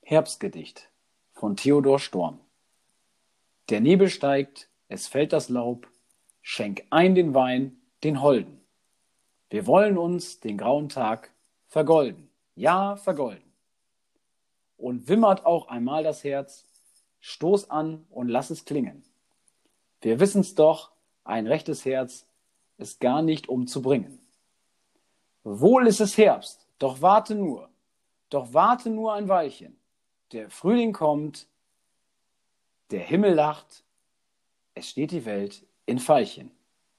Herbstgedicht von Theodor Storm. Der Nebel steigt, es fällt das Laub, schenk ein den Wein, den Holden. Wir wollen uns den grauen Tag vergolden, ja, vergolden. Und wimmert auch einmal das Herz, stoß an und lass es klingen. Wir wissen's doch, ein rechtes Herz ist gar nicht umzubringen. Wohl ist es Herbst, doch warte nur ein Weilchen. Der Frühling kommt, der Himmel lacht, es steht die Welt in Veilchen.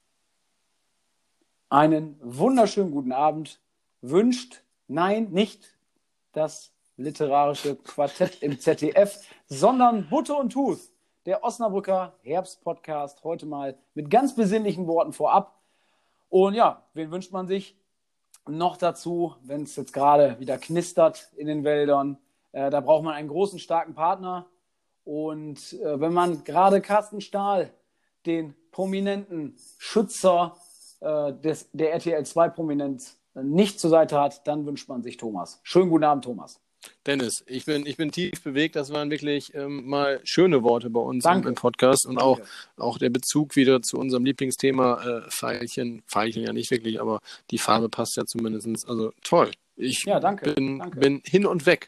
Einen wunderschönen guten Abend wünscht, nein, nicht das literarische Quartett im ZDF, sondern Butter und Tooth, der Osnabrücker Herbstpodcast, heute mal mit ganz besinnlichen Worten vorab. Und ja, wen wünscht man sich noch dazu, wenn es jetzt gerade wieder knistert in den Wäldern? Da braucht man einen großen, starken Partner. Und wenn man gerade Carsten Stahl, den prominenten Schützer der RTL 2 Prominenz, nicht zur Seite hat, dann wünscht man sich Thomas. Schönen guten Abend, Thomas. Dennis, ich bin tief bewegt. Das waren wirklich mal schöne Worte bei uns im Podcast. Und auch der Bezug wieder zu unserem Lieblingsthema Veilchen. Veilchen ja nicht wirklich, aber die Farbe passt ja zumindest. Also toll. Ich bin hin und weg.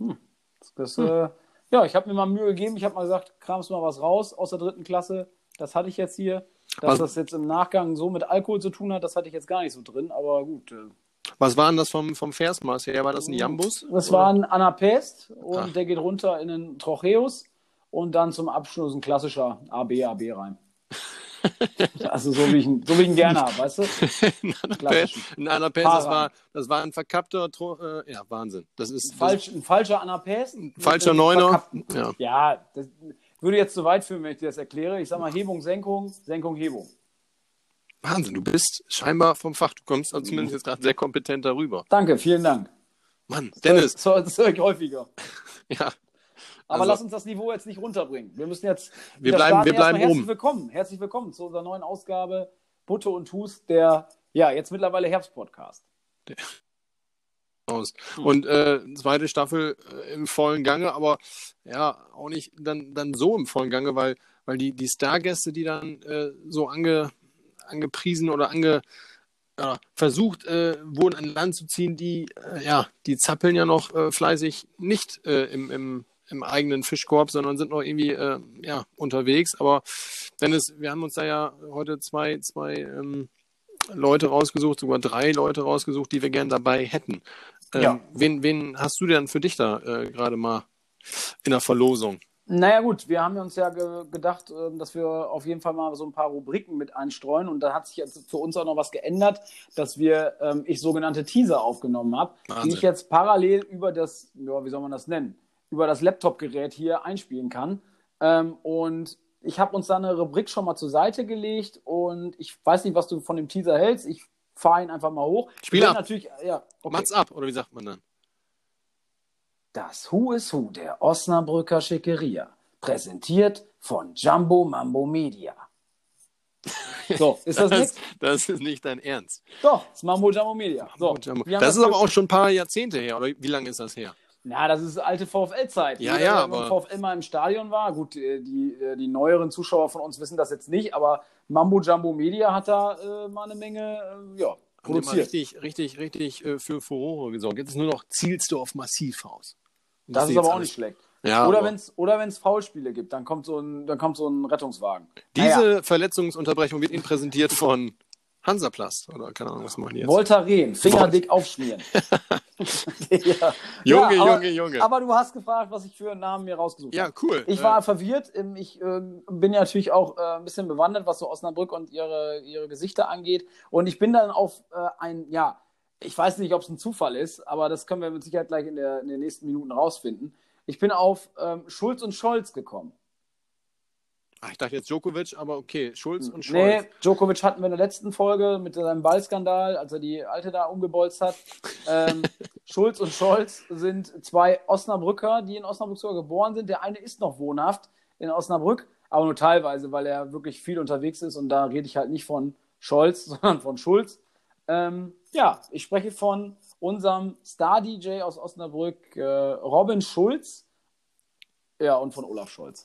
Ja, ich habe mir mal Mühe gegeben. Ich habe mal gesagt, kramst mal was raus aus der 3. Klasse. Das hatte ich jetzt hier. Dass das jetzt im Nachgang so mit Alkohol zu tun hat, das hatte ich jetzt gar nicht so drin. Aber gut. Was war denn das vom Versmaß her? War das ein Jambus? Das war ein Anapest und der geht runter in den Trocheus und dann zum Abschluss ein klassischer AB-Reim. Also so wie ich ihn gerne habe, weißt du? Ein Anapest, das war ein verkappter, Wahnsinn. Das ist ein falscher Anapest. Ein falscher Neuner. Ja, das würde jetzt zu weit führen, wenn ich dir das erkläre. Ich sag mal Hebung, Senkung, Senkung, Hebung. Wahnsinn, du bist scheinbar vom Fach. Du kommst also zumindest jetzt gerade sehr kompetent darüber. Danke, vielen Dank. Mann, Dennis. Das höre ich häufiger. Ja. Aber lass uns das Niveau jetzt nicht runterbringen. Wir müssen jetzt wir bleiben oben. Herzlich willkommen zu unserer neuen Ausgabe Butter und Tooth, der jetzt mittlerweile Herbstpodcast. Und zweite Staffel im vollen Gange, aber ja, auch nicht dann so im vollen Gange, weil die Stargäste, die dann so angepriesen oder versucht wurden an Land zu ziehen, die zappeln ja noch fleißig nicht im eigenen Fischkorb, sondern sind noch irgendwie unterwegs. Aber Dennis, wir haben uns da ja heute zwei Leute rausgesucht, sogar 3 Leute rausgesucht, die wir gerne dabei hätten. Wen hast du denn für dich da gerade mal in der Verlosung? Naja gut, wir haben uns ja gedacht, dass wir auf jeden Fall mal so ein paar Rubriken mit einstreuen und da hat sich jetzt für uns auch noch was geändert, dass ich sogenannte Teaser aufgenommen habe, die ich jetzt parallel über das, wie soll man das nennen, über das Laptop-Gerät hier einspielen kann. Und ich habe uns da eine Rubrik schon mal zur Seite gelegt und ich weiß nicht, was du von dem Teaser hältst. Ich fahre ihn einfach mal hoch. Spiel ab. Natürlich, okay. Mach's ab, oder wie sagt man dann? Das Who is Who der Osnabrücker Schickeria, präsentiert von Jumbo Mambo Media. So, ist das nichts? Das ist nicht dein Ernst. Doch, das ist Mambo Jumbo Media. So, das ist aber auch schon ein paar Jahrzehnte her, oder wie lange ist das her? Ja, das ist alte VfL-Zeit. Ja, wenn VfL mal im Stadion war. Gut, die neueren Zuschauer von uns wissen das jetzt nicht, aber Mambo Jumbo Media hat da mal eine Menge produziert. Richtig für Furore gesorgt. Jetzt ist nur noch Zielsdorf Massivhaus. Das ist aber auch nicht schlecht. Ja, oder wenn es Foulspiele gibt, dann kommt so ein Rettungswagen. Diese Verletzungsunterbrechung wird Ihnen präsentiert von Hansaplast oder keine Ahnung, was machen die jetzt? Voltaren, Fingerdick aufschmieren. Junge. Aber du hast gefragt, was ich für einen Namen mir rausgesucht habe. Ja, cool. Ich war verwirrt. Ich bin ja natürlich auch ein bisschen bewandert, was so Osnabrück und ihre Gesichter angeht. Und ich bin dann auf ich weiß nicht, ob es ein Zufall ist, aber das können wir mit Sicherheit gleich in den nächsten Minuten rausfinden. Ich bin auf Schulz und Scholz gekommen. Ach, ich dachte jetzt Djokovic, aber okay, Schulz und Scholz. Nee, Djokovic hatten wir in der letzten Folge mit seinem Ballskandal, als er die Alte da umgebolzt hat. Schulz und Scholz sind 2 Osnabrücker, die in Osnabrück sogar geboren sind. Der eine ist noch wohnhaft in Osnabrück, aber nur teilweise, weil er wirklich viel unterwegs ist und da rede ich halt nicht von Scholz, sondern von Schulz. Ich spreche von unserem Star-DJ aus Osnabrück, Robin Schulz, Ja, und von Olaf Scholz.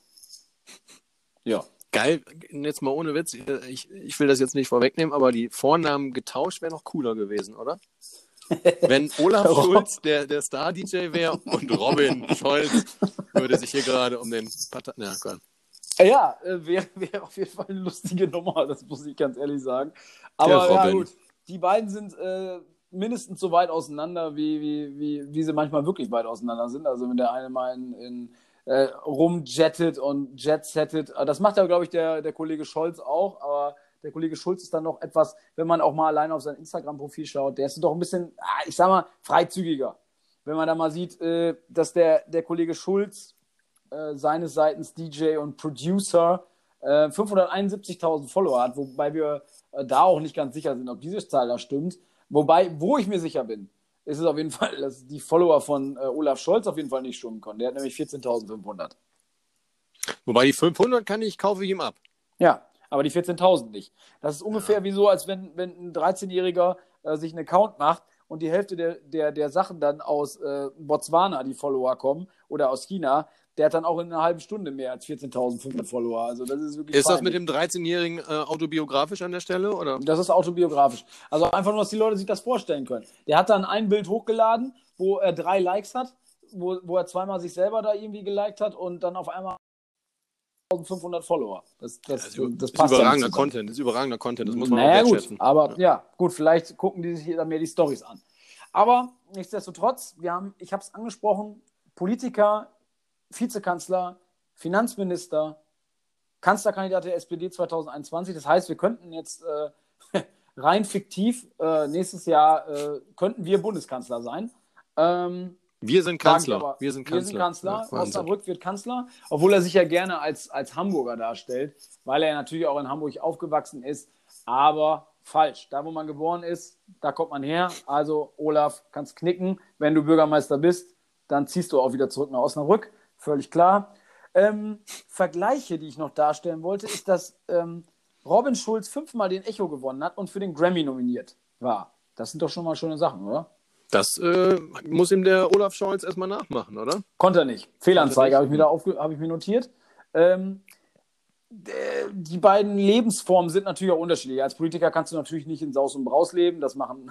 Ja. Geil, jetzt mal ohne Witz, ich will das jetzt nicht vorwegnehmen, aber die Vornamen getauscht wäre noch cooler gewesen, oder? Wenn Olaf Schulz der Star-DJ wäre und Robin Scholz würde sich hier gerade um den Ja, Gott. Ja, wäre auf jeden Fall eine lustige Nummer, das muss ich ganz ehrlich sagen. Aber ja gut, die beiden sind mindestens so weit auseinander, wie sie manchmal wirklich weit auseinander sind. Also wenn der eine mal rumjettet und jetsettet, das macht ja, glaube ich, der Kollege Scholz auch, aber der Kollege Schulz ist dann noch etwas, wenn man auch mal alleine auf sein Instagram-Profil schaut, der ist doch ein bisschen, ich sag mal, freizügiger. Wenn man da mal sieht, dass der Kollege Schulz seines Seitens DJ und Producer 571.000 Follower hat, wobei wir da auch nicht ganz sicher sind, ob diese Zahl da stimmt. Wobei, wo ich mir sicher bin, ist es auf jeden Fall, dass die Follower von Olaf Scholz auf jeden Fall nicht stimmen konnten. Der hat nämlich 14.500. Wobei die 500 kaufe ich ihm ab. Ja, aber die 14.000 nicht. Das ist ungefähr wie so, als wenn ein 13-Jähriger sich einen Account macht und die Hälfte der Sachen dann aus Botswana, die Follower kommen, oder aus China, der hat dann auch in einer halben Stunde mehr als 14.500 Follower. Also das ist wirklich Ist das mit dem 13-Jährigen autobiografisch an der Stelle? Oder? Das ist autobiografisch. Also einfach nur, dass die Leute sich das vorstellen können. Der hat dann ein Bild hochgeladen, wo er 3 Likes hat, wo er zweimal sich selber da irgendwie geliked hat und dann auf einmal 1.500 Follower. Das passt überragender Content. Das ist überragender Content. Das muss man auch wertschätzen. Gut, aber ja, gut, vielleicht gucken die sich dann mehr die Storys an. Aber nichtsdestotrotz, ich habe es angesprochen, Politiker, Vizekanzler, Finanzminister, Kanzlerkandidat der SPD 2021. Das heißt, wir könnten jetzt rein fiktiv nächstes Jahr könnten wir Bundeskanzler sein. Wir sind Kanzler. Wir sind Kanzler. Ja, Osnabrück wird Kanzler, obwohl er sich ja gerne als Hamburger darstellt, weil er natürlich auch in Hamburg aufgewachsen ist. Aber falsch. Da, wo man geboren ist, da kommt man her. Also Olaf, kannst knicken. Wenn du Bürgermeister bist, dann ziehst du auch wieder zurück nach Osnabrück. Völlig klar. Vergleiche, die ich noch darstellen wollte, ist, dass Robin Schulz 5-mal den Echo gewonnen hat und für den Grammy nominiert war. Das sind doch schon mal schöne Sachen, oder? Das muss ihm der Olaf Scholz erstmal nachmachen, oder? Konnte er nicht. Fehlanzeige habe ich mir notiert. Die beiden Lebensformen sind natürlich auch unterschiedlich. Als Politiker kannst du natürlich nicht in Saus und Braus leben. Das machen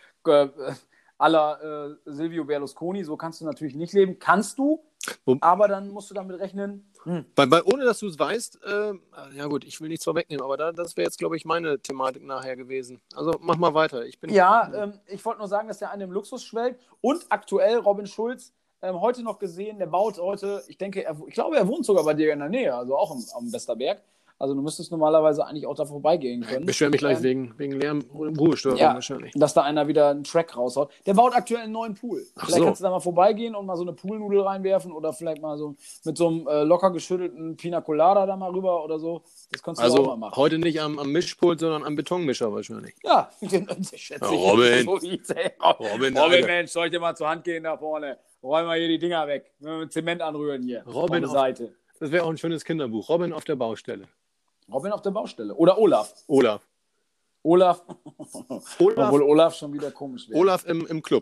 aller Silvio Berlusconi. So kannst du natürlich nicht leben. Kannst du, aber dann musst du damit rechnen. Ohne dass du es weißt, ja gut, ich will nichts vorwegnehmen, aber das wäre jetzt, glaube ich, meine Thematik nachher gewesen. Also mach mal weiter. Ich wollte nur sagen, dass der eine im Luxus schwelgt und aktuell Robin Schulz heute noch gesehen, der baut heute, ich glaube, er wohnt sogar bei dir in der Nähe, also auch am Westerberg. Also du müsstest normalerweise eigentlich auch da vorbeigehen können. Ich beschwere mich gleich wegen Lärm und Ruhestörung wahrscheinlich. Dass da einer wieder einen Track raushaut. Der baut aktuell einen neuen Pool. Vielleicht kannst du da mal vorbeigehen und mal so eine Poolnudel reinwerfen oder vielleicht mal so mit so einem locker geschüttelten Pina Colada da mal rüber oder so. Das kannst du auch mal machen. Heute nicht am Mischpult, sondern am Betonmischer wahrscheinlich. Ja, Robin, Mensch, soll ich dir mal zur Hand gehen da vorne? Räum mal hier die Dinger weg. Mit Zement anrühren hier. Robin Seite. Das wäre auch ein schönes Kinderbuch. Robin auf der Baustelle. Robin auf der Baustelle. Oder Olaf. Olaf. Obwohl Olaf schon wieder komisch wäre. Olaf im Club.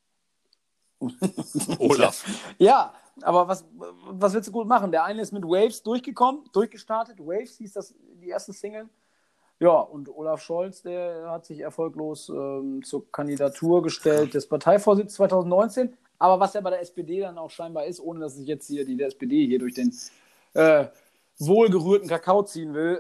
Olaf. Ja, aber was willst du gut machen? Der eine ist mit Waves durchgestartet. Waves hieß das die erste Single. Ja, und Olaf Scholz, der hat sich erfolglos zur Kandidatur gestellt des Parteivorsitzes 2019. Aber was ja bei der SPD dann auch scheinbar ist, ohne dass ich jetzt hier die SPD hier durch den wohlgerührten Kakao ziehen will,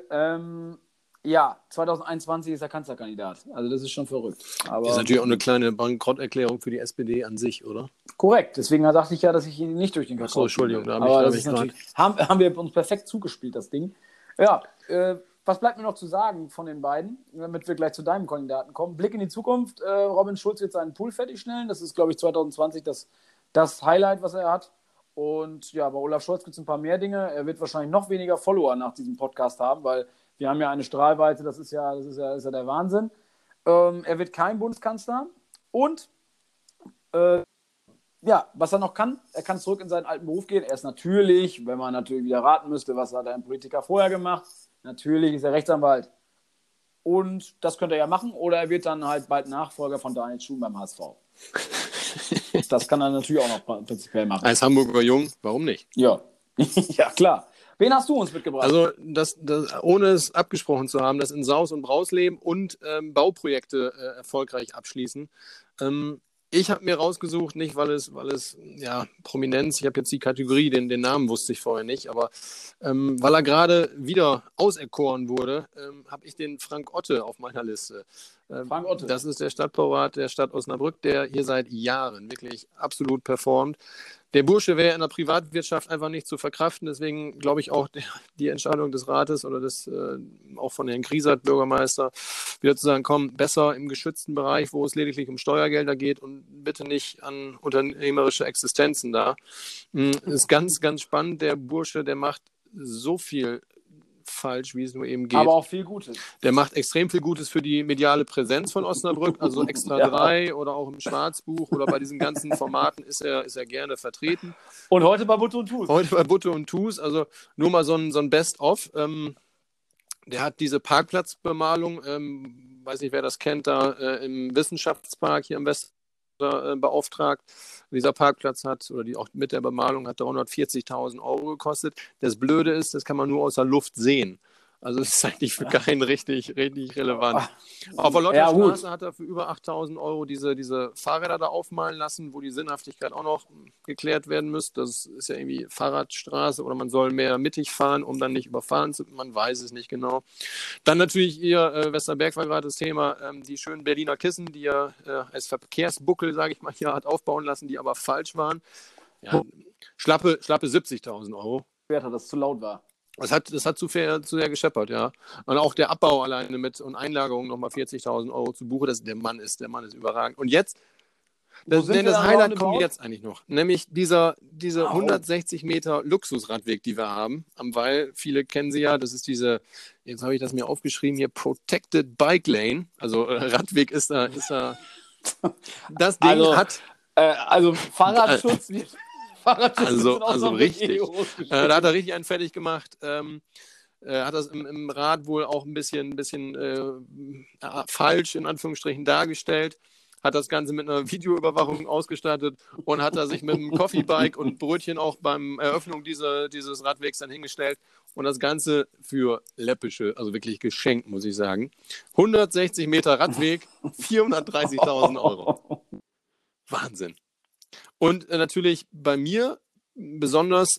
2021 ist er Kanzlerkandidat. Also das ist schon verrückt. Aber das ist natürlich auch eine kleine Bankrotterklärung für die SPD an sich, oder? Korrekt. Deswegen dachte ich ja, dass ich ihn nicht durch den Kakao Entschuldigung, da habe ich gerade. Haben wir uns perfekt zugespielt, das Ding. Ja, was bleibt mir noch zu sagen von den beiden, damit wir gleich zu deinem Kandidaten kommen? Blick in die Zukunft. Robin Schulz wird seinen Pool fertigstellen. Das ist, glaube ich, 2020 das Highlight, was er hat. Und ja, bei Olaf Scholz gibt es ein paar mehr Dinge. Er wird wahrscheinlich noch weniger Follower nach diesem Podcast haben, weil wir haben ja eine Strahlweite, das ist ja der Wahnsinn. Er wird kein Bundeskanzler. Und was er noch kann, er kann zurück in seinen alten Beruf gehen. Er ist natürlich, wenn man natürlich wieder raten müsste, was hat ein Politiker vorher gemacht, natürlich ist er Rechtsanwalt. Und das könnte er ja machen. Oder er wird dann halt bald Nachfolger von Daniel Schuhn beim HSV. Das kann er natürlich auch noch prinzipiell machen. Als Hamburger Jung, warum nicht? Ja, Ja, klar. Wen hast du uns mitgebracht? Also, ohne es abgesprochen zu haben, das in Saus und Braus leben und Bauprojekte erfolgreich abschließen. Ich habe mir rausgesucht, nicht weil es ja, Prominenz, ich habe jetzt die Kategorie, den Namen wusste ich vorher nicht, aber weil er gerade wieder auserkoren wurde, habe ich den Frank Otte auf meiner Liste. Frank Otte. Das ist der Stadtbaurat der Stadt Osnabrück, der hier seit Jahren wirklich absolut performt. Der Bursche wäre in der Privatwirtschaft einfach nicht zu verkraften, deswegen glaube ich auch die Entscheidung des Rates oder auch von Herrn Griesert, Bürgermeister, wieder zu sagen, komm, besser im geschützten Bereich, wo es lediglich um Steuergelder geht und bitte nicht an unternehmerische Existenzen da. Ist ganz, ganz spannend. Der Bursche, der macht so viel falsch, wie es nur eben geht. Aber auch viel Gutes. Der macht extrem viel Gutes für die mediale Präsenz von Osnabrück, also Extra 3 oder auch im Schwarzbuch oder bei diesen ganzen Formaten ist er gerne vertreten. Und heute bei Butte und Tus. Heute bei Butte und Tus, also nur mal so ein Best-of. Der hat diese Parkplatzbemalung, weiß nicht, wer das kennt, da im Wissenschaftspark hier im Westen beauftragt. Dieser Parkplatz hat, oder die auch mit der Bemalung, hat 340.000 Euro gekostet. Das Blöde ist, das kann man nur aus der Luft sehen. Also es ist eigentlich für keinen richtig relevant. Auf der Lotterstraße hat er für über 8.000 Euro diese Fahrräder da aufmalen lassen, wo die Sinnhaftigkeit auch noch geklärt werden müsste. Das ist ja irgendwie Fahrradstraße oder man soll mehr mittig fahren, um dann nicht überfahren zu werden. Man weiß es nicht genau. Dann natürlich ihr Westerberg war gerade das Thema, die schönen Berliner Kissen, die er als Verkehrsbuckel, sage ich mal, hier hat aufbauen lassen, die aber falsch waren. Ja, schlappe 70.000 Euro. Dass das zu laut war. Das hat zu sehr gescheppert, ja. Und auch der Abbau alleine mit und Einlagerung nochmal 40.000 Euro zu Buche, der Mann ist überragend. Und jetzt, das Highlight kommt jetzt eigentlich noch, nämlich diese 160 Meter Luxusradweg, die wir haben am Wall. Viele kennen sie ja, das ist jetzt habe ich das mir aufgeschrieben hier, Protected Bike Lane. Also Radweg ist da. Das Ding hat... Also Fahrradschutz wird... Also richtig. Da hat er richtig einen fertig gemacht. Hat das im Rat wohl auch ein bisschen falsch in Anführungsstrichen dargestellt. Hat das Ganze mit einer Videoüberwachung ausgestattet und hat er sich mit einem Coffeebike und Brötchen auch beim Eröffnung dieses Radwegs dann hingestellt. Und das Ganze für läppische, also wirklich geschenkt, muss ich sagen. 160 Meter Radweg, 430.000 Euro. Wahnsinn. Und natürlich bei mir besonders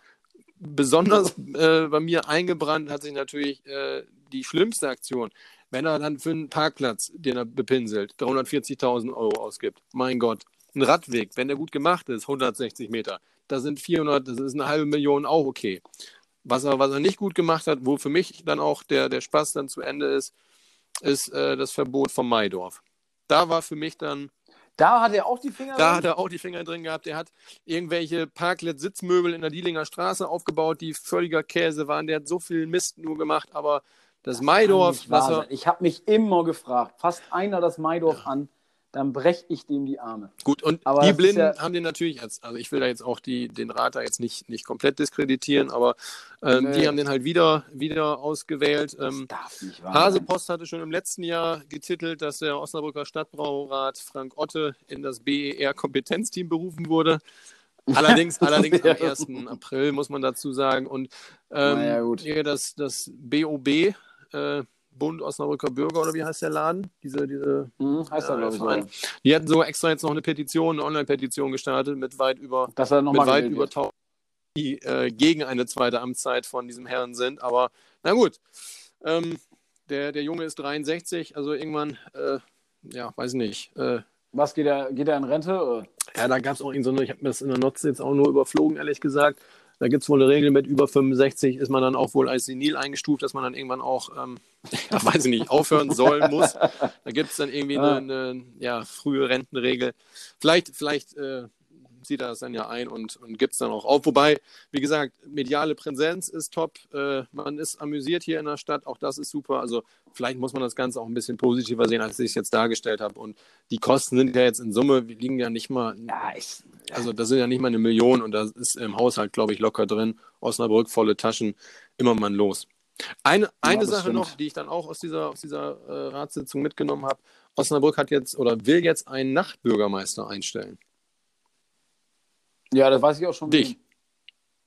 bei mir eingebrannt hat sich natürlich die schlimmste Aktion. Wenn er dann für einen Parkplatz, den er bepinselt, 340.000 Euro ausgibt. Mein Gott. Ein Radweg, wenn der gut gemacht ist, 160 Meter, das sind 400, das ist eine halbe Million auch okay. Was er nicht gut gemacht hat, wo für mich dann auch der Spaß dann zu Ende ist das Verbot vom Maidorf. Da war für mich dann... Da hat er auch die Finger drin? Da hat er auch die Finger drin gehabt. Er hat irgendwelche Parklet-Sitzmöbel in der Dielinger Straße aufgebaut, die völliger Käse waren. Der hat so viel Mist nur gemacht, aber das Maidorf... Ich habe mich immer gefragt, fasst einer das Maidorf an, dann breche ich dem die Arme. Gut, und aber die Blinden haben den natürlich, also ich will da jetzt auch den Rat da jetzt nicht komplett diskreditieren, aber die haben den halt wieder ausgewählt. Das darf nicht wahr sein. Hasepost hatte schon im letzten Jahr getitelt, dass der Osnabrücker Stadtbaurat Frank Otte in das BER-Kompetenzteam berufen wurde. Allerdings am 1. April, muss man dazu sagen. Und das BOB, Bund Osnabrücker Bürger, oder wie heißt der Laden? Heißt der, glaube ich. Die hatten so extra jetzt noch eine Online-Petition gestartet mit weit über 1.000, die gegen eine zweite Amtszeit von diesem Herrn sind. Aber na gut, der Junge ist 63, also irgendwann, weiß nicht. Was, geht er in Rente? Ja, da gab es auch ich habe mir das in der Notz jetzt auch nur überflogen, ehrlich gesagt. Da gibt es wohl eine Regel, mit über 65 ist man dann auch wohl als senil eingestuft, dass man dann irgendwann auch, weiß ich nicht, aufhören muss. Da gibt es dann irgendwie eine frühe Rentenregel. Vielleicht sieht er das dann ja ein und gibt es dann auch auf. Wobei, wie gesagt, mediale Präsenz ist top. Man ist amüsiert hier in der Stadt, auch das ist super. Also vielleicht muss man das Ganze auch ein bisschen positiver sehen, als ich es jetzt dargestellt habe. Und die Kosten sind ja jetzt in Summe, wir liegen ja nicht mal... Also das sind ja nicht mal 1 Million und das ist im Haushalt, glaube ich, locker drin. Osnabrück, volle Taschen, immer mal los. Eine Sache noch, die ich dann auch aus dieser Ratssitzung mitgenommen habe. Osnabrück will jetzt einen Nachtbürgermeister einstellen. Ja, das weiß ich auch schon. Dich.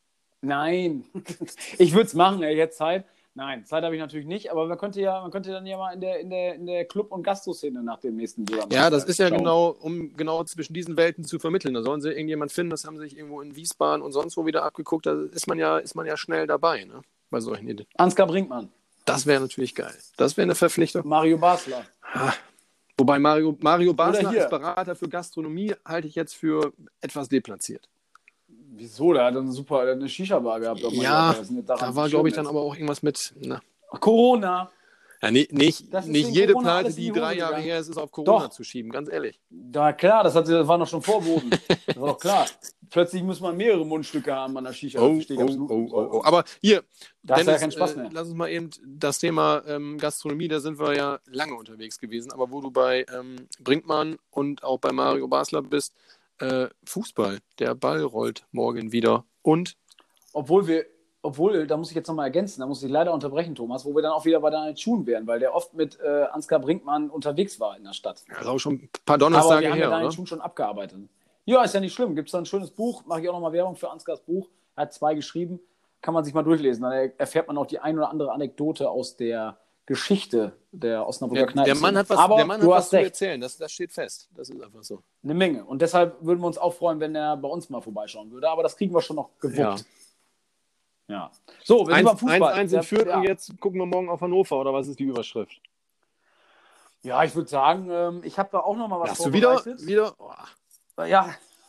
Nein. Ich würde es machen, ey, jetzt Zeit. Nein, Zeit habe ich natürlich nicht, aber man könnte dann ja mal in der Club- und Gastro-Szene nach dem nächsten Bürgermeister Ja, das ist ja schauen. genau, um genau zwischen diesen Welten zu vermitteln. Da sollen sie irgendjemand finden, das haben sie sich irgendwo in Wiesbaden und sonst wo wieder abgeguckt. Da ist man ja schnell dabei, ne? Bei solchen Ideen. Ansgar Brinkmann. Das wäre natürlich geil. Das wäre eine Verpflichtung. Mario Basler. Wobei Mario Basler hier. als Berater für Gastronomie halte ich jetzt für etwas deplatziert. Wieso? Der hat eine Shisha-Bar gehabt. Ja, da war, glaube ich, dann aber auch irgendwas mit. Na. Corona. Ja, nicht jede Corona Pleite, alles in die die 3 Hose Jahre gegangen. her ist, ist auf Corona Doch. zu schieben, ganz ehrlich. Ja, klar, das war noch schon Vorboten. Das war doch klar. Plötzlich muss man mehrere Mundstücke haben an der Shisha. Das verstehe ich absolut nicht. Aber hier, Da ist ja Dennis, kein Spaß mehr. lass uns mal eben das Thema Gastronomie, da sind wir ja lange unterwegs gewesen, aber wo du bei Brinkmann und auch bei Mario Basler bist, Fußball, der Ball rollt morgen wieder und Obwohl, da muss ich jetzt nochmal ergänzen, da muss ich leider unterbrechen, Thomas, wo wir dann auch wieder bei Daniel Schuhen wären, weil der oft mit Ansgar Brinkmann unterwegs war in der Stadt. ja, das ist auch schon ein paar Aber Donnerstage wir haben ja her, Daniel oder? Schuhen schon abgearbeitet. Ja, ist ja nicht schlimm. Gibt es da ein schönes Buch, mache ich auch nochmal Werbung für Ansgars Buch. Er hat 2 geschrieben, kann man sich mal durchlesen. Dann erfährt man auch die ein oder andere Anekdote aus der Geschichte der Osnabrücker Kneipe. Der Mann hat was zu erzählen, das steht fest. Das ist einfach so. Eine Menge. Und deshalb würden wir uns auch freuen, wenn er bei uns mal vorbeischauen würde. Aber das kriegen wir schon noch gewuppt. Ja. So, wir sind beim Fußball. 1 in Fürth und jetzt gucken wir morgen auf Hannover, oder was ist die Überschrift? Ja, ich würde sagen, ich habe da auch noch mal was vorbereitet. Hast du wieder? Oh. Ja.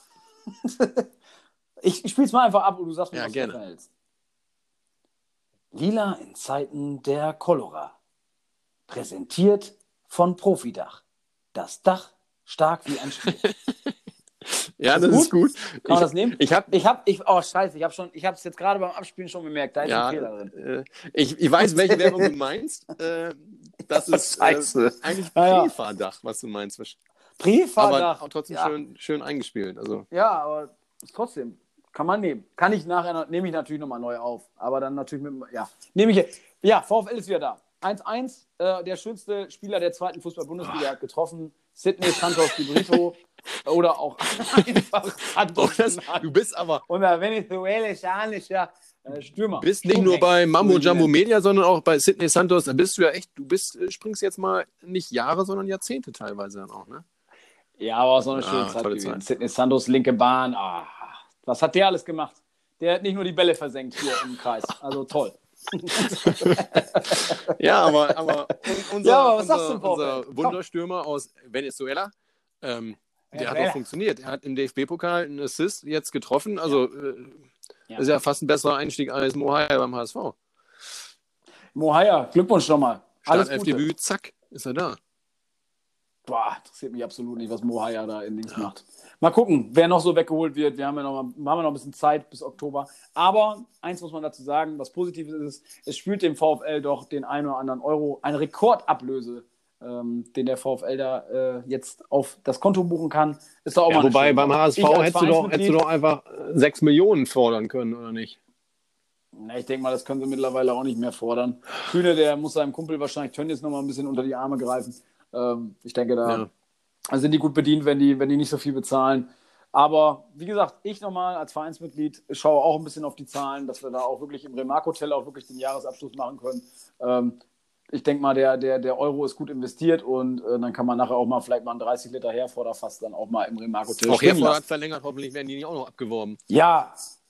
ich spiele es mal einfach ab und du sagst mir, was du davon hältst. Lila in Zeiten der Cholera. Präsentiert von Profidach. Das Dach stark wie ein Stier. Ja, das ist gut. Kann man das nehmen? Oh, scheiße, ich habe es jetzt gerade beim Abspielen schon gemerkt. Da ist ein Fehler drin. Ich weiß, welche Werbung du meinst. Das ist eigentlich Prefadach, was du meinst. Prefadach. Aber trotzdem schön eingespielt. Also. Ja, aber trotzdem. Kann man nehmen. Nehme ich natürlich nochmal neu auf. Aber dann natürlich nehme ich jetzt. Ja, VfL ist wieder da. 1-1. Der schönste Spieler der 2. Fußball-Bundesliga hat getroffen. Sidney Santos de Brito. Oder auch einfach Santos. Du bist aber. Und der venezuelischer Stürmer. Du bist nicht nur bei Mambo Jumbo Media, sondern auch bei Sidney Santos. Da bist du ja echt, springst jetzt mal nicht Jahre, sondern Jahrzehnte teilweise dann auch, ne? Ja, aber auch so eine schöne Zeit gewesen. Sidney Santos, linke Bahn. Was hat der alles gemacht? Der hat nicht nur die Bälle versenkt hier im Kreis. Also toll. Ja, aber unser Wunderstürmer aus Venezuela, der hat auch funktioniert. Er hat im DFB-Pokal einen Assist jetzt getroffen. Also ist ja fast ein besserer Einstieg als Mohair beim HSV. Mohair, Glückwunsch nochmal. Startelfdebüt, zack, ist er da. Boah, interessiert mich absolut nicht, was Mohair da in links macht. Mal gucken, wer noch so weggeholt wird. Wir haben ja noch ein bisschen Zeit bis Oktober. Aber eins muss man dazu sagen, was Positives ist, es spielt dem VfL doch den einen oder anderen Euro, eine Rekordablöse, den der VfL da jetzt auf das Konto buchen kann. Ist doch auch mal wobei beim HSV hättest du doch einfach 6 Millionen fordern können, oder nicht? Na, ich denke mal, das können sie mittlerweile auch nicht mehr fordern. Kühne, der muss seinem Kumpel wahrscheinlich Tönnies noch mal ein bisschen unter die Arme greifen. Ich denke, da sind die gut bedient, wenn die nicht so viel bezahlen. Aber wie gesagt, ich nochmal als Vereinsmitglied schaue auch ein bisschen auf die Zahlen, dass wir da auch wirklich im Remark-Hotel auch wirklich den Jahresabschluss machen können. Ich denke mal, der Euro ist gut investiert und dann kann man nachher auch mal vielleicht mal ein 30 Liter Herforderfass dann auch mal im Remark-Hotel auch Herforder hat verlängert, hoffentlich werden die nicht auch noch abgeworben. Ja.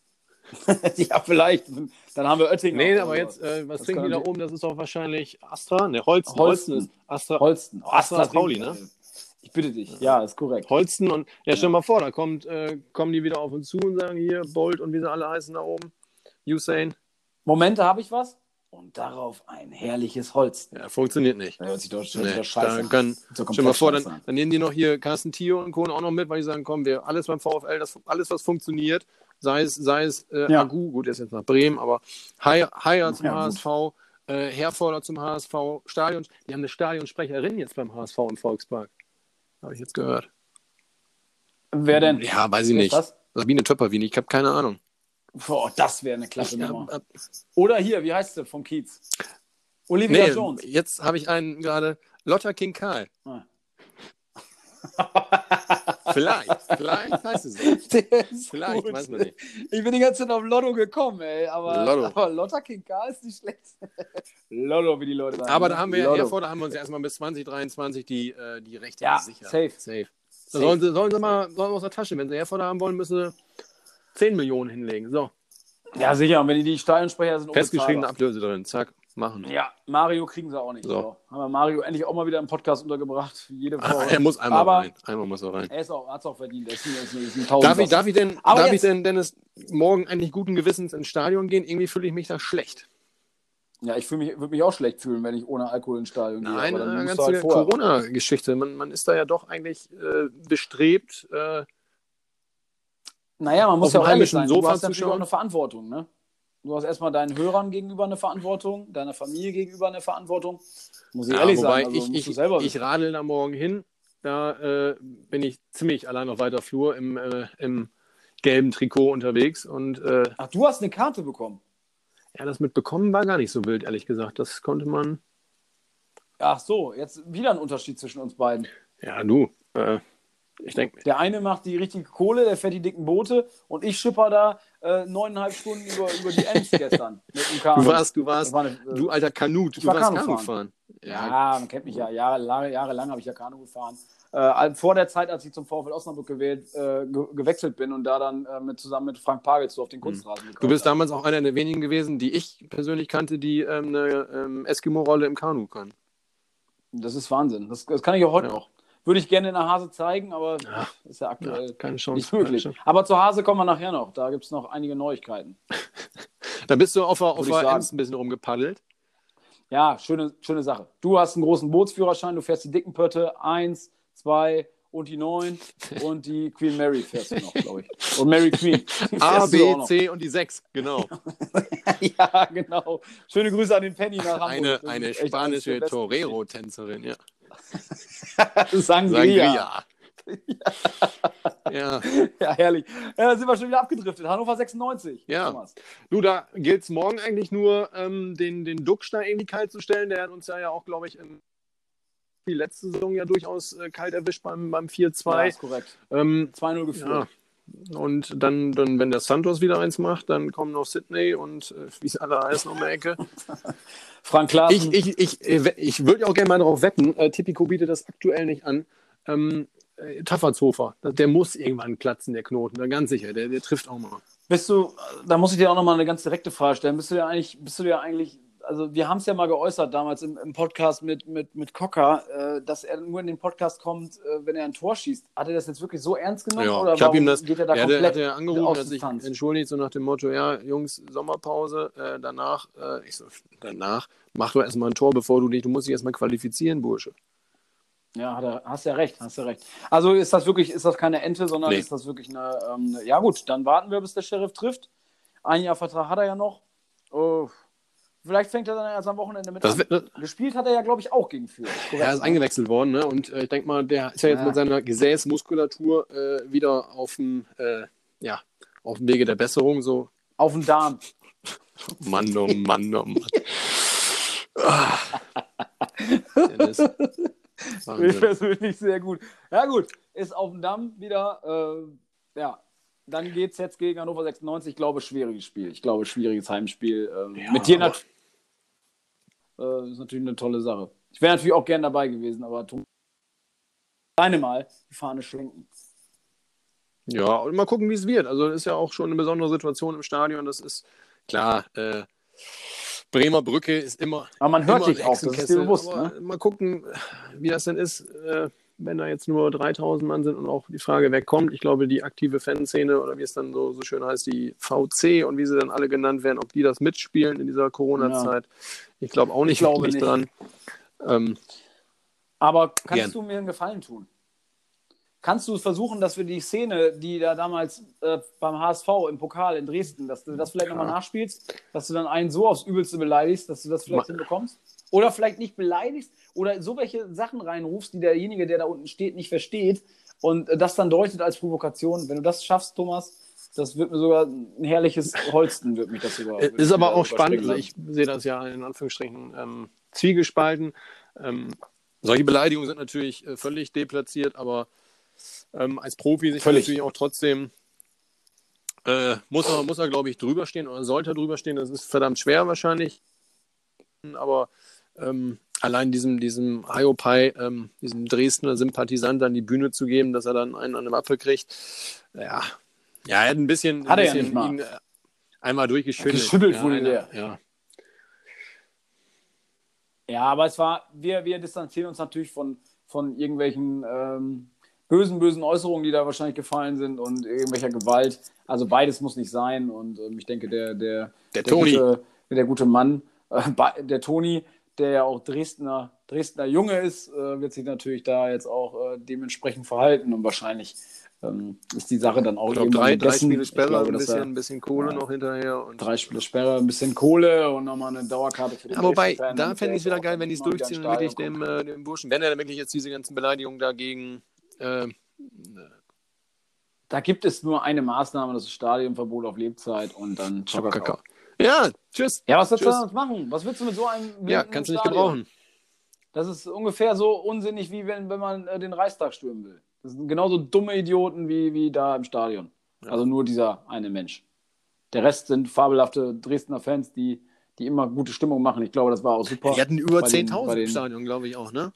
Ja, vielleicht. Dann haben wir Oettinger. Nee, aber jetzt, was trinken die da oben? Das ist doch wahrscheinlich Astra? Ne, Holsten. Holsten. Astra Pauli, ne? Ich bitte dich. Ja, ist korrekt. Holsten und, stell dir mal vor, da kommen die wieder auf uns zu und sagen hier, Bolt und wie sie alle heißen da oben. Usain. Moment, da habe ich was. Und darauf ein herrliches Holsten. Ja, funktioniert nicht. Ja, hört sich doch scheiße an. Stell dir mal vor, dann nehmen die noch hier Carsten Thiel und Co. auch noch mit, weil die sagen, komm, alles beim VfL, alles was funktioniert, sei es Agu, gut, der ist jetzt nach Bremen, aber Haier zum HSV, Herforder zum HSV, die haben eine Stadionsprecherin jetzt beim HSV im Volkspark. Habe ich jetzt gehört. Wer denn? Ja, weiß ich nicht. Sabine Töpperwien, ich habe keine Ahnung. Boah, das wäre eine klasse Nummer. Oder hier, wie heißt sie vom Kiez? Olivia Jones. Jetzt habe ich einen gerade, Lotta King Karl. Vielleicht heißt es so. Der ist Vielleicht, gut. weiß man nicht. Ich bin die ganze Zeit auf Lotto gekommen, ey. Aber Lotta King K ist nicht schlecht. Lotto, wie die Leute sagen. Aber da haben wir ja Lotto. da haben wir uns ja erstmal bis 2023 die Rechte Ja, gesichert. safe. Da sollen sie mal aus der Tasche, wenn sie Herford haben wollen, müssen sie 10 Millionen hinlegen. So. Ja, sicher. Und wenn die Stadionsprecher sind, Festgeschriebene Ablöse drin. Zack, machen. Ja, Mario kriegen sie auch nicht. So. Haben wir Mario endlich auch mal wieder im Podcast untergebracht. Jede Woche. Er muss einmal rein. Einmal muss er rein. Er hat es auch verdient. Er ist ein Tausend. Darf ich denn, Dennis, morgen eigentlich guten Gewissens ins Stadion gehen? Irgendwie fühle ich mich da schlecht. Ja, ich würde mich auch schlecht fühlen, wenn ich ohne Alkohol ins Stadion gehe. Nein, aber eine dann ganze Corona-Geschichte. Man ist da ja doch eigentlich bestrebt. Naja, man muss ja auch ehrlich sein. Du hast zu natürlich auch eine Verantwortung, ne? Du hast erstmal deinen Hörern gegenüber eine Verantwortung, deiner Familie gegenüber eine Verantwortung. Muss ich ehrlich sagen. Also ich radel da morgen hin. Da bin ich ziemlich allein auf weiter Flur im gelben Trikot unterwegs. Und, ach, du hast eine Karte bekommen? Ja, das mitbekommen war gar nicht so wild, ehrlich gesagt. Das konnte man... Ach so, jetzt wieder ein Unterschied zwischen uns beiden. Ja, du, ich denke... Der eine macht die richtige Kohle, der fährt die dicken Boote und ich schipper da 9,5 Stunden über die Ems gestern mit dem Kanu. Du alter Kanut, du warst Kanu fahren. Ja, man kennt mich ja. Jahrelang habe ich ja Kanu gefahren. Vor der Zeit, als ich zum VfL Osnabrück gewechselt bin und da dann zusammen mit Frank Pagels auf den Kunstrasen gekommen. Du bist damals auch einer der wenigen gewesen, die ich persönlich kannte, die eine Eskimo-Rolle im Kanu kann. Das ist Wahnsinn. Das kann ich auch heute noch. Würde ich gerne in der Hase zeigen, aber ist ja aktuell keine Chance, nicht möglich. Aber zur Hase kommen wir nachher noch. Da gibt es noch einige Neuigkeiten. Da bist du auf der Ems ein bisschen rumgepaddelt. Ja, schöne Sache. Du hast einen großen Bootsführerschein, du fährst die dicken Pötte, 1, 2 und die 9 und die Queen Mary fährst du noch, glaube ich. Und Mary Queen. A, B, C und die 6, genau. Ja, genau. Schöne Grüße an den Penny nach Hamburg. Eine spanische Torero-Tänzerin, ja. Sangria. Ja, herrlich. Ja, da sind wir schon wieder abgedriftet. Hannover 96. Ja. Thomas. Du, da gilt es morgen eigentlich nur, den Duxch da irgendwie kalt zu stellen. Der hat uns ja auch, glaube ich, die letzte Saison ja durchaus kalt erwischt beim 4-2. Ja, ist korrekt. 2-0 geführt. Ja. Und dann, wenn der Santos wieder eins macht, dann kommen noch Sydney und wie es alle heißen um die Ecke. Frank Klaassen. Ich würde ja auch gerne mal darauf wetten, Tipico bietet das aktuell nicht an. Taffertshofer, der muss irgendwann platzen, der Knoten, da ganz sicher, der trifft auch mal. Da muss ich dir auch nochmal eine ganz direkte Frage stellen. Bist du ja eigentlich, also wir haben es ja mal geäußert damals im Podcast mit Cocker, dass er nur in den Podcast kommt, wenn er ein Tor schießt. Hat er das jetzt wirklich so ernst genommen? Ja, oder ich habe ihm das, geht er da komplett hat er angerufen, aus hat sich Distanz? entschuldigt, so nach dem Motto, ja, Jungs, Sommerpause, danach mach doch erstmal ein Tor, du musst dich erstmal qualifizieren, Bursche. Ja, hast ja recht. Also ist das keine Ente, sondern ist das wirklich eine, ja gut, dann warten wir, bis der Sheriff trifft. Ein Jahr Vertrag hat er ja noch. Vielleicht fängt er dann erst am Wochenende mit an. Gespielt hat er ja, glaube ich, auch gegen Fürth. Er ist eingewechselt worden, ne? Und ich denke mal, der ist ja jetzt mit seiner Gesäßmuskulatur wieder auf dem Wege der Besserung. So. Auf dem Darm. Mann, oh Mann. Ich persönlich sehr gut. Ja gut, ist auf dem Damm wieder. Dann geht es jetzt gegen Hannover 96. Ich glaube, schwieriges Spiel. Schwieriges Heimspiel. Mit dir natürlich. Ist natürlich eine tolle Sache. Ich wäre natürlich auch gern dabei gewesen, aber alleine mal die Fahne schwenken. Ja, und mal gucken, wie es wird. Also, das ist ja auch schon eine besondere Situation im Stadion. Das ist klar. Bremer Brücke ist immer. Aber man hört dich auch, das ist dir bewusst. Ne? Mal gucken, wie das denn ist, wenn da jetzt nur 3.000 Mann sind und auch die Frage, wer kommt. Ich glaube, die aktive Fanszene oder wie es dann so schön heißt, die VC und wie sie dann alle genannt werden, ob die das mitspielen in dieser Corona-Zeit. Ja. Ich glaube auch nicht wirklich dran. Aber kannst du mir einen Gefallen tun? Kannst du versuchen, dass wir die Szene, die da damals beim HSV im Pokal in Dresden, dass du das vielleicht nochmal nachspielst, dass du dann einen so aufs Übelste beleidigst, dass du das vielleicht hinbekommst? Oder vielleicht nicht beleidigst oder so welche Sachen reinrufst, die derjenige, der da unten steht, nicht versteht und das dann deutet als Provokation. Wenn du das schaffst, Thomas, das wird mir sogar ein herrliches Holsten, wird mich das sogar. Ist aber auch spannend. Also ich sehe das ja in Anführungsstrichen zwiegespalten. Solche Beleidigungen sind natürlich völlig deplatziert, aber als Profi sich Völlig. natürlich auch trotzdem muss er, glaube ich, drüber stehen oder sollte er drüber stehen. Das ist verdammt schwer wahrscheinlich. Aber allein diesem Hiopai, diesem Dresdner Sympathisant dann die Bühne zu geben, dass er dann einen an den Apfel kriegt, ja, er hat ein bisschen, Hat er ja nicht mal. ihn einmal durchgeschüttelt. Geschüttelt wurde der. Ja. Ja, aber wir distanzieren uns natürlich von irgendwelchen bösen Äußerungen, die da wahrscheinlich gefallen sind und irgendwelcher Gewalt. Also beides muss nicht sein und ich denke, der gute Mann, der Toni, der ja auch Dresdner Junge ist, wird sich natürlich da jetzt auch dementsprechend verhalten und wahrscheinlich ist die Sache dann auch drei Spiele Sperre, ein bisschen Kohle noch hinterher. Und 3 Spiele Sperre, ein bisschen Kohle und nochmal eine Dauerkarte für den wobei, Fan, da fände ich es wieder geil, wenn die es durchziehen und wirklich dem dem Burschen, wenn er wirklich jetzt diese ganzen Beleidigungen dagegen da gibt es nur eine Maßnahme, das ist Stadionverbot auf Lebzeit und dann Kakao. Ja, tschüss. Ja, was willst du damit machen? Was willst du mit so einem kannst du nicht gebrauchen. Das ist ungefähr so unsinnig, wie wenn man den Reichstag stürmen will. Das sind genauso dumme Idioten wie da im Stadion. Ja. Also nur dieser eine Mensch. Der Rest sind fabelhafte Dresdner Fans, die immer gute Stimmung machen. Ich glaube, das war auch super. Die hatten über 10.000 im Stadion, glaube ich auch, ne?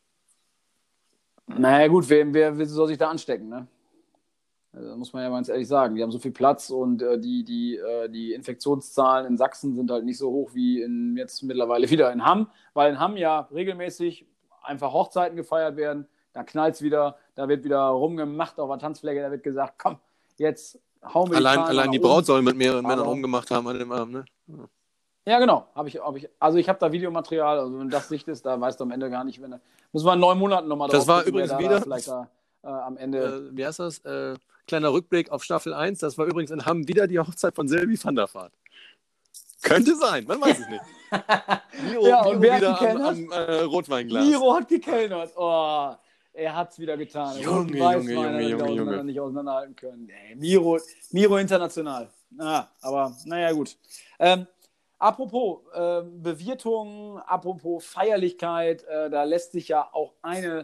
Naja gut, wer soll sich da anstecken, ne? Also, muss man ja ganz ehrlich sagen. Die haben so viel Platz und die Infektionszahlen in Sachsen sind halt nicht so hoch wie jetzt mittlerweile wieder in Hamm, weil in Hamm ja regelmäßig einfach Hochzeiten gefeiert werden. Da knallt es wieder, da wird wieder rumgemacht auf der Tanzfläche, da wird gesagt, komm, jetzt hauen wir allein die Braut soll mit mehreren Männern rumgemacht haben an dem Abend, ne? Ja, genau. Also ich habe da Videomaterial, also wenn das Sicht ist, da weißt du am Ende gar nicht, müssen wir in 9 Monaten nochmal drauf Das war gucken, übrigens wieder vielleicht am Ende. Wie heißt das? Kleiner Rückblick auf Staffel 1, das war übrigens in Hamm wieder die Hochzeit von Sylvie van der Vaart. Könnte sein, man weiß es nicht. Miro und wer wieder am Rotweinglas. Miro hat gekellnert. Oh, er hat es wieder getan. Junge. Nicht auseinanderhalten können. Miro international. Aber naja, gut. Apropos Bewirtung, apropos Feierlichkeit, da lässt sich ja auch eine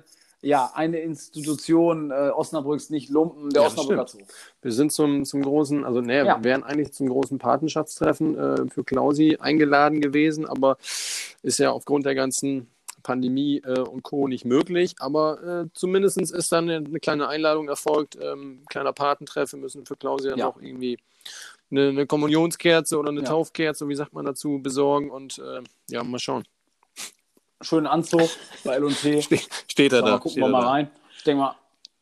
Institution Osnabrücks nicht lumpen, der Osnabrücker Zoo. Wir sind zum großen, wir wären eigentlich zum großen Patenschaftstreffen für Klausi eingeladen gewesen, aber ist ja aufgrund der ganzen Pandemie und Co. nicht möglich, aber zumindest ist dann eine kleine Einladung erfolgt, kleiner Patentreff, wir müssen für Klausi dann auch irgendwie eine Kommunionskerze oder eine Taufkerze, wie sagt man dazu, besorgen und mal schauen. Schönen Anzug bei L&T. Steht er da. Gucken wir mal rein. Ich denke mal,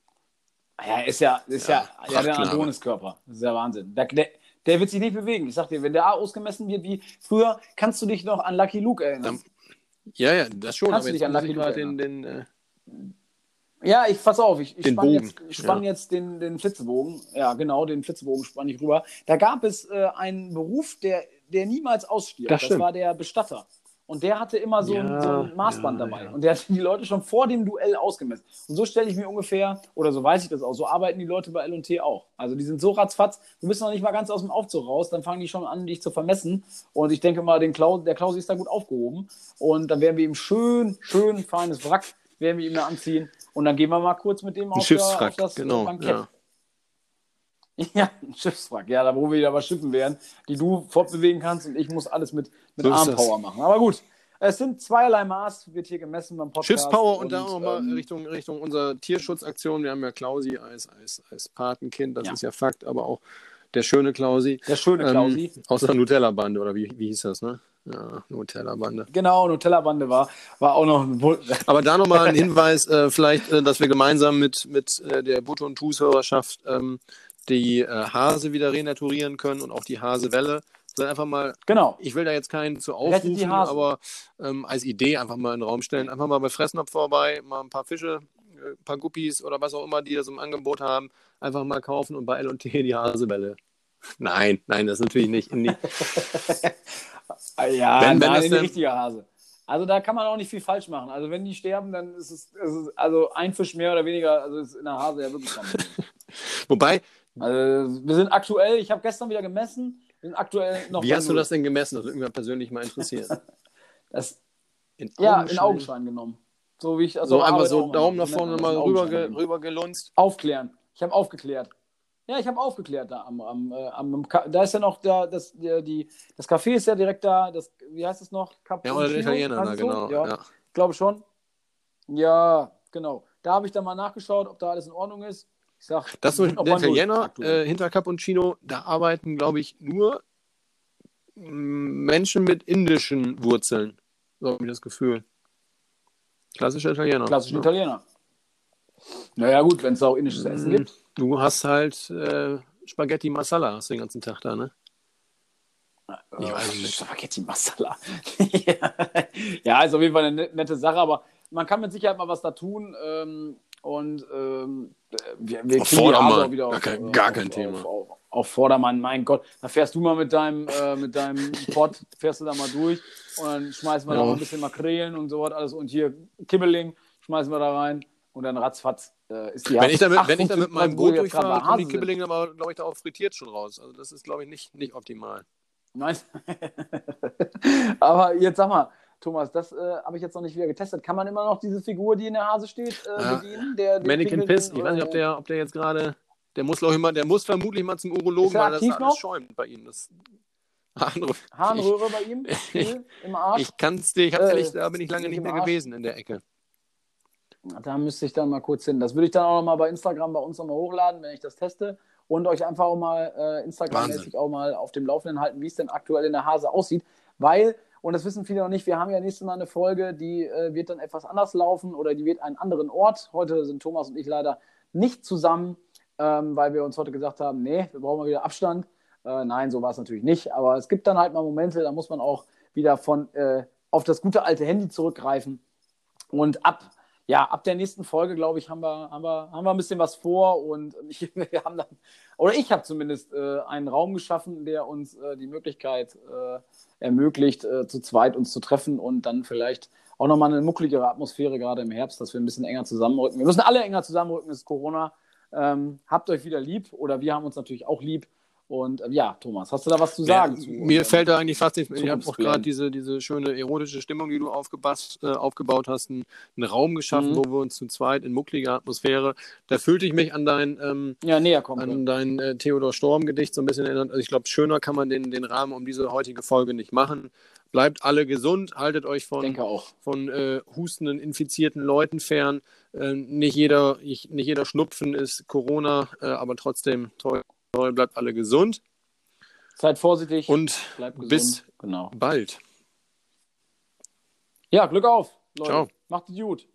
ist ja der Adoniskörper. Das ist ja Wahnsinn. Der wird sich nicht bewegen. Ich sag dir, wenn der ausgemessen wird wie früher, kannst du dich noch an Lucky Luke erinnern? Ja, das schon. Kannst du dich an Lucky Luke erinnern? Ja, pass auf, ich spann jetzt den Flitzebogen. Ja, genau, den Flitzebogen spann ich rüber. Da gab es einen Beruf, der niemals ausstirbt. Das war der Bestatter. Und der hatte immer so ein Maßband dabei. Und der hat die Leute schon vor dem Duell ausgemessen. Und so stelle ich mir ungefähr, oder so weiß ich das auch, so arbeiten die Leute bei L&T auch. Also die sind so ratzfatz, du bist noch nicht mal ganz aus dem Aufzug raus, dann fangen die schon an, dich zu vermessen. Und ich denke mal, der Klausi ist da gut aufgehoben. Und dann werden wir ihm schön feines Wrack, werden wir ihm da anziehen. Und dann gehen wir mal kurz mit dem auf das Bankett. Ja. Ja, ein Schiffswrack. Ja, da wo wir wieder bei Schiffen wären, die du fortbewegen kannst und ich muss alles mit Armpower machen. Aber gut, es sind zweierlei Maß, wird hier gemessen beim Podcast. Schiffspower und da auch nochmal Richtung unserer Tierschutzaktion. Wir haben ja Klausi als Patenkind, das ist ja Fakt, aber auch der schöne Klausi. Der schöne Klausi. Aus der Nutella-Bande, oder wie hieß das, ne? Ja, Nutella-Bande. Genau, Nutella-Bande war auch noch ein Aber da nochmal ein Hinweis, vielleicht, dass wir gemeinsam mit der Butte- und Tu's-Hörerschaft die Hase wieder renaturieren können und auch die Hasewelle. Sondern einfach mal, ich will da jetzt keinen zu aufrufen, aber als Idee einfach mal in den Raum stellen. Einfach mal bei Fressnapf vorbei, mal ein paar Fische, ein paar Guppies oder was auch immer, die das im Angebot haben, einfach mal kaufen und bei L&T die Hasewelle. Nein, das ist natürlich nicht. Wenn die richtige Hase. Also da kann man auch nicht viel falsch machen. Also wenn die sterben, dann ist es also ein Fisch mehr oder weniger, also ist in der Hase ja wirklich kein Problem. Wobei... Also wir sind aktuell, ich habe gestern wieder gemessen, wir sind aktuell noch... Wie hast du das denn gemessen? Das würde mich persönlich mal interessieren. In Augenschein genommen. So wie ich so einfach so Daumen nach vorne mal rüber gelunzt. Aufklären. Ich habe aufgeklärt. Ja, ich habe aufgeklärt da da ist ja noch das Café ist ja direkt da, wie heißt es noch? Ja, oder der Italiener heißt da, es so? genau. Ja, Ja. ich glaube schon. Ja, genau. Da habe ich dann mal nachgeschaut, ob da alles in Ordnung ist. Ich sag, Das sind noch der bei Null Italiener aktuell. hinter Cappuccino, da arbeiten, glaube ich, nur Menschen mit indischen Wurzeln. So habe ich das Gefühl. Klassischer Italiener. Klassischen Ne? Italiener. Naja, gut, wenn es auch indisches Essen gibt. Du hast halt Spaghetti Masala hast du den ganzen Tag da, ne? Ich weiß es nicht. Spaghetti Masala. Ja, ist auf jeden Fall eine nette Sache, aber man kann mit Sicherheit mal was da tun. Wir Auf kriegen die Hase Vordermann. auch wieder Gar kein Thema. auf Vordermann. Mein Gott, da fährst du mal mit deinem Pott, fährst du da mal durch und dann schmeißen wir da mal ein bisschen Makrelen und so was alles und hier Kibbeling schmeißen wir da rein und dann ratzfatz ist die Hase. Wenn ich da mit meinem wo wir Boot jetzt gerade durchfahre, bei kommen die Hase sind. Kibbelinge aber, glaube ich, da auch frittiert schon raus. Also das ist, glaube ich, nicht optimal. Nein. Aber jetzt sag mal, Thomas, das habe ich jetzt noch nicht wieder getestet. Kann man immer noch diese Figur, die in der Hase steht, bedienen? Mannequin Piss, ich weiß nicht, ob der jetzt gerade, der muss vermutlich mal zum Urologen, weil das alles noch? schäumt bei ihm. Das Harnröhre bei ihm? Im Arsch? Ich kann's dir, da bin ich lange nicht mehr gewesen in der Ecke. Da müsste ich dann mal kurz hin. Das würde ich dann auch noch mal bei Instagram bei uns nochmal hochladen, wenn ich das teste. Und euch einfach auch mal Instagram-mäßig auch mal auf dem Laufenden halten, wie es denn aktuell in der Hase aussieht. Weil, und das wissen viele noch nicht, wir haben ja nächstes Mal eine Folge, die wird dann etwas anders laufen oder die wird einen anderen Ort. Heute sind Thomas und ich leider nicht zusammen, weil wir uns heute gesagt haben, nee, wir brauchen mal wieder Abstand. Nein, so war es natürlich nicht. Aber es gibt dann halt mal Momente, da muss man auch wieder auf das gute alte Handy zurückgreifen. Und ab der nächsten Folge, glaube ich, haben wir ein bisschen was vor und ich habe zumindest einen Raum geschaffen, der uns die Möglichkeit ermöglicht, zu zweit uns zu treffen und dann vielleicht auch nochmal eine muckligere Atmosphäre, gerade im Herbst, dass wir ein bisschen enger zusammenrücken. Wir müssen alle enger zusammenrücken, es ist Corona. Habt euch wieder lieb oder wir haben uns natürlich auch lieb. Und Thomas, hast du da was zu sagen? Mir fällt da eigentlich fast nicht. Ich habe auch gerade diese schöne erotische Stimmung, die du aufgebaut hast, einen Raum geschaffen, wo wir uns zu zweit in muckliger Atmosphäre. Da fühlte ich mich an dein Theodor Storm-Gedicht so ein bisschen erinnert. Also ich glaube, schöner kann man den Rahmen um diese heutige Folge nicht machen. Bleibt alle gesund, haltet euch von hustenden, infizierten Leuten fern. Nicht jeder Schnupfen ist Corona, aber trotzdem toll. Bleibt alle gesund. Seid vorsichtig. Und bis bald. Ja, Glück auf, Leute. Ciao. Macht es gut.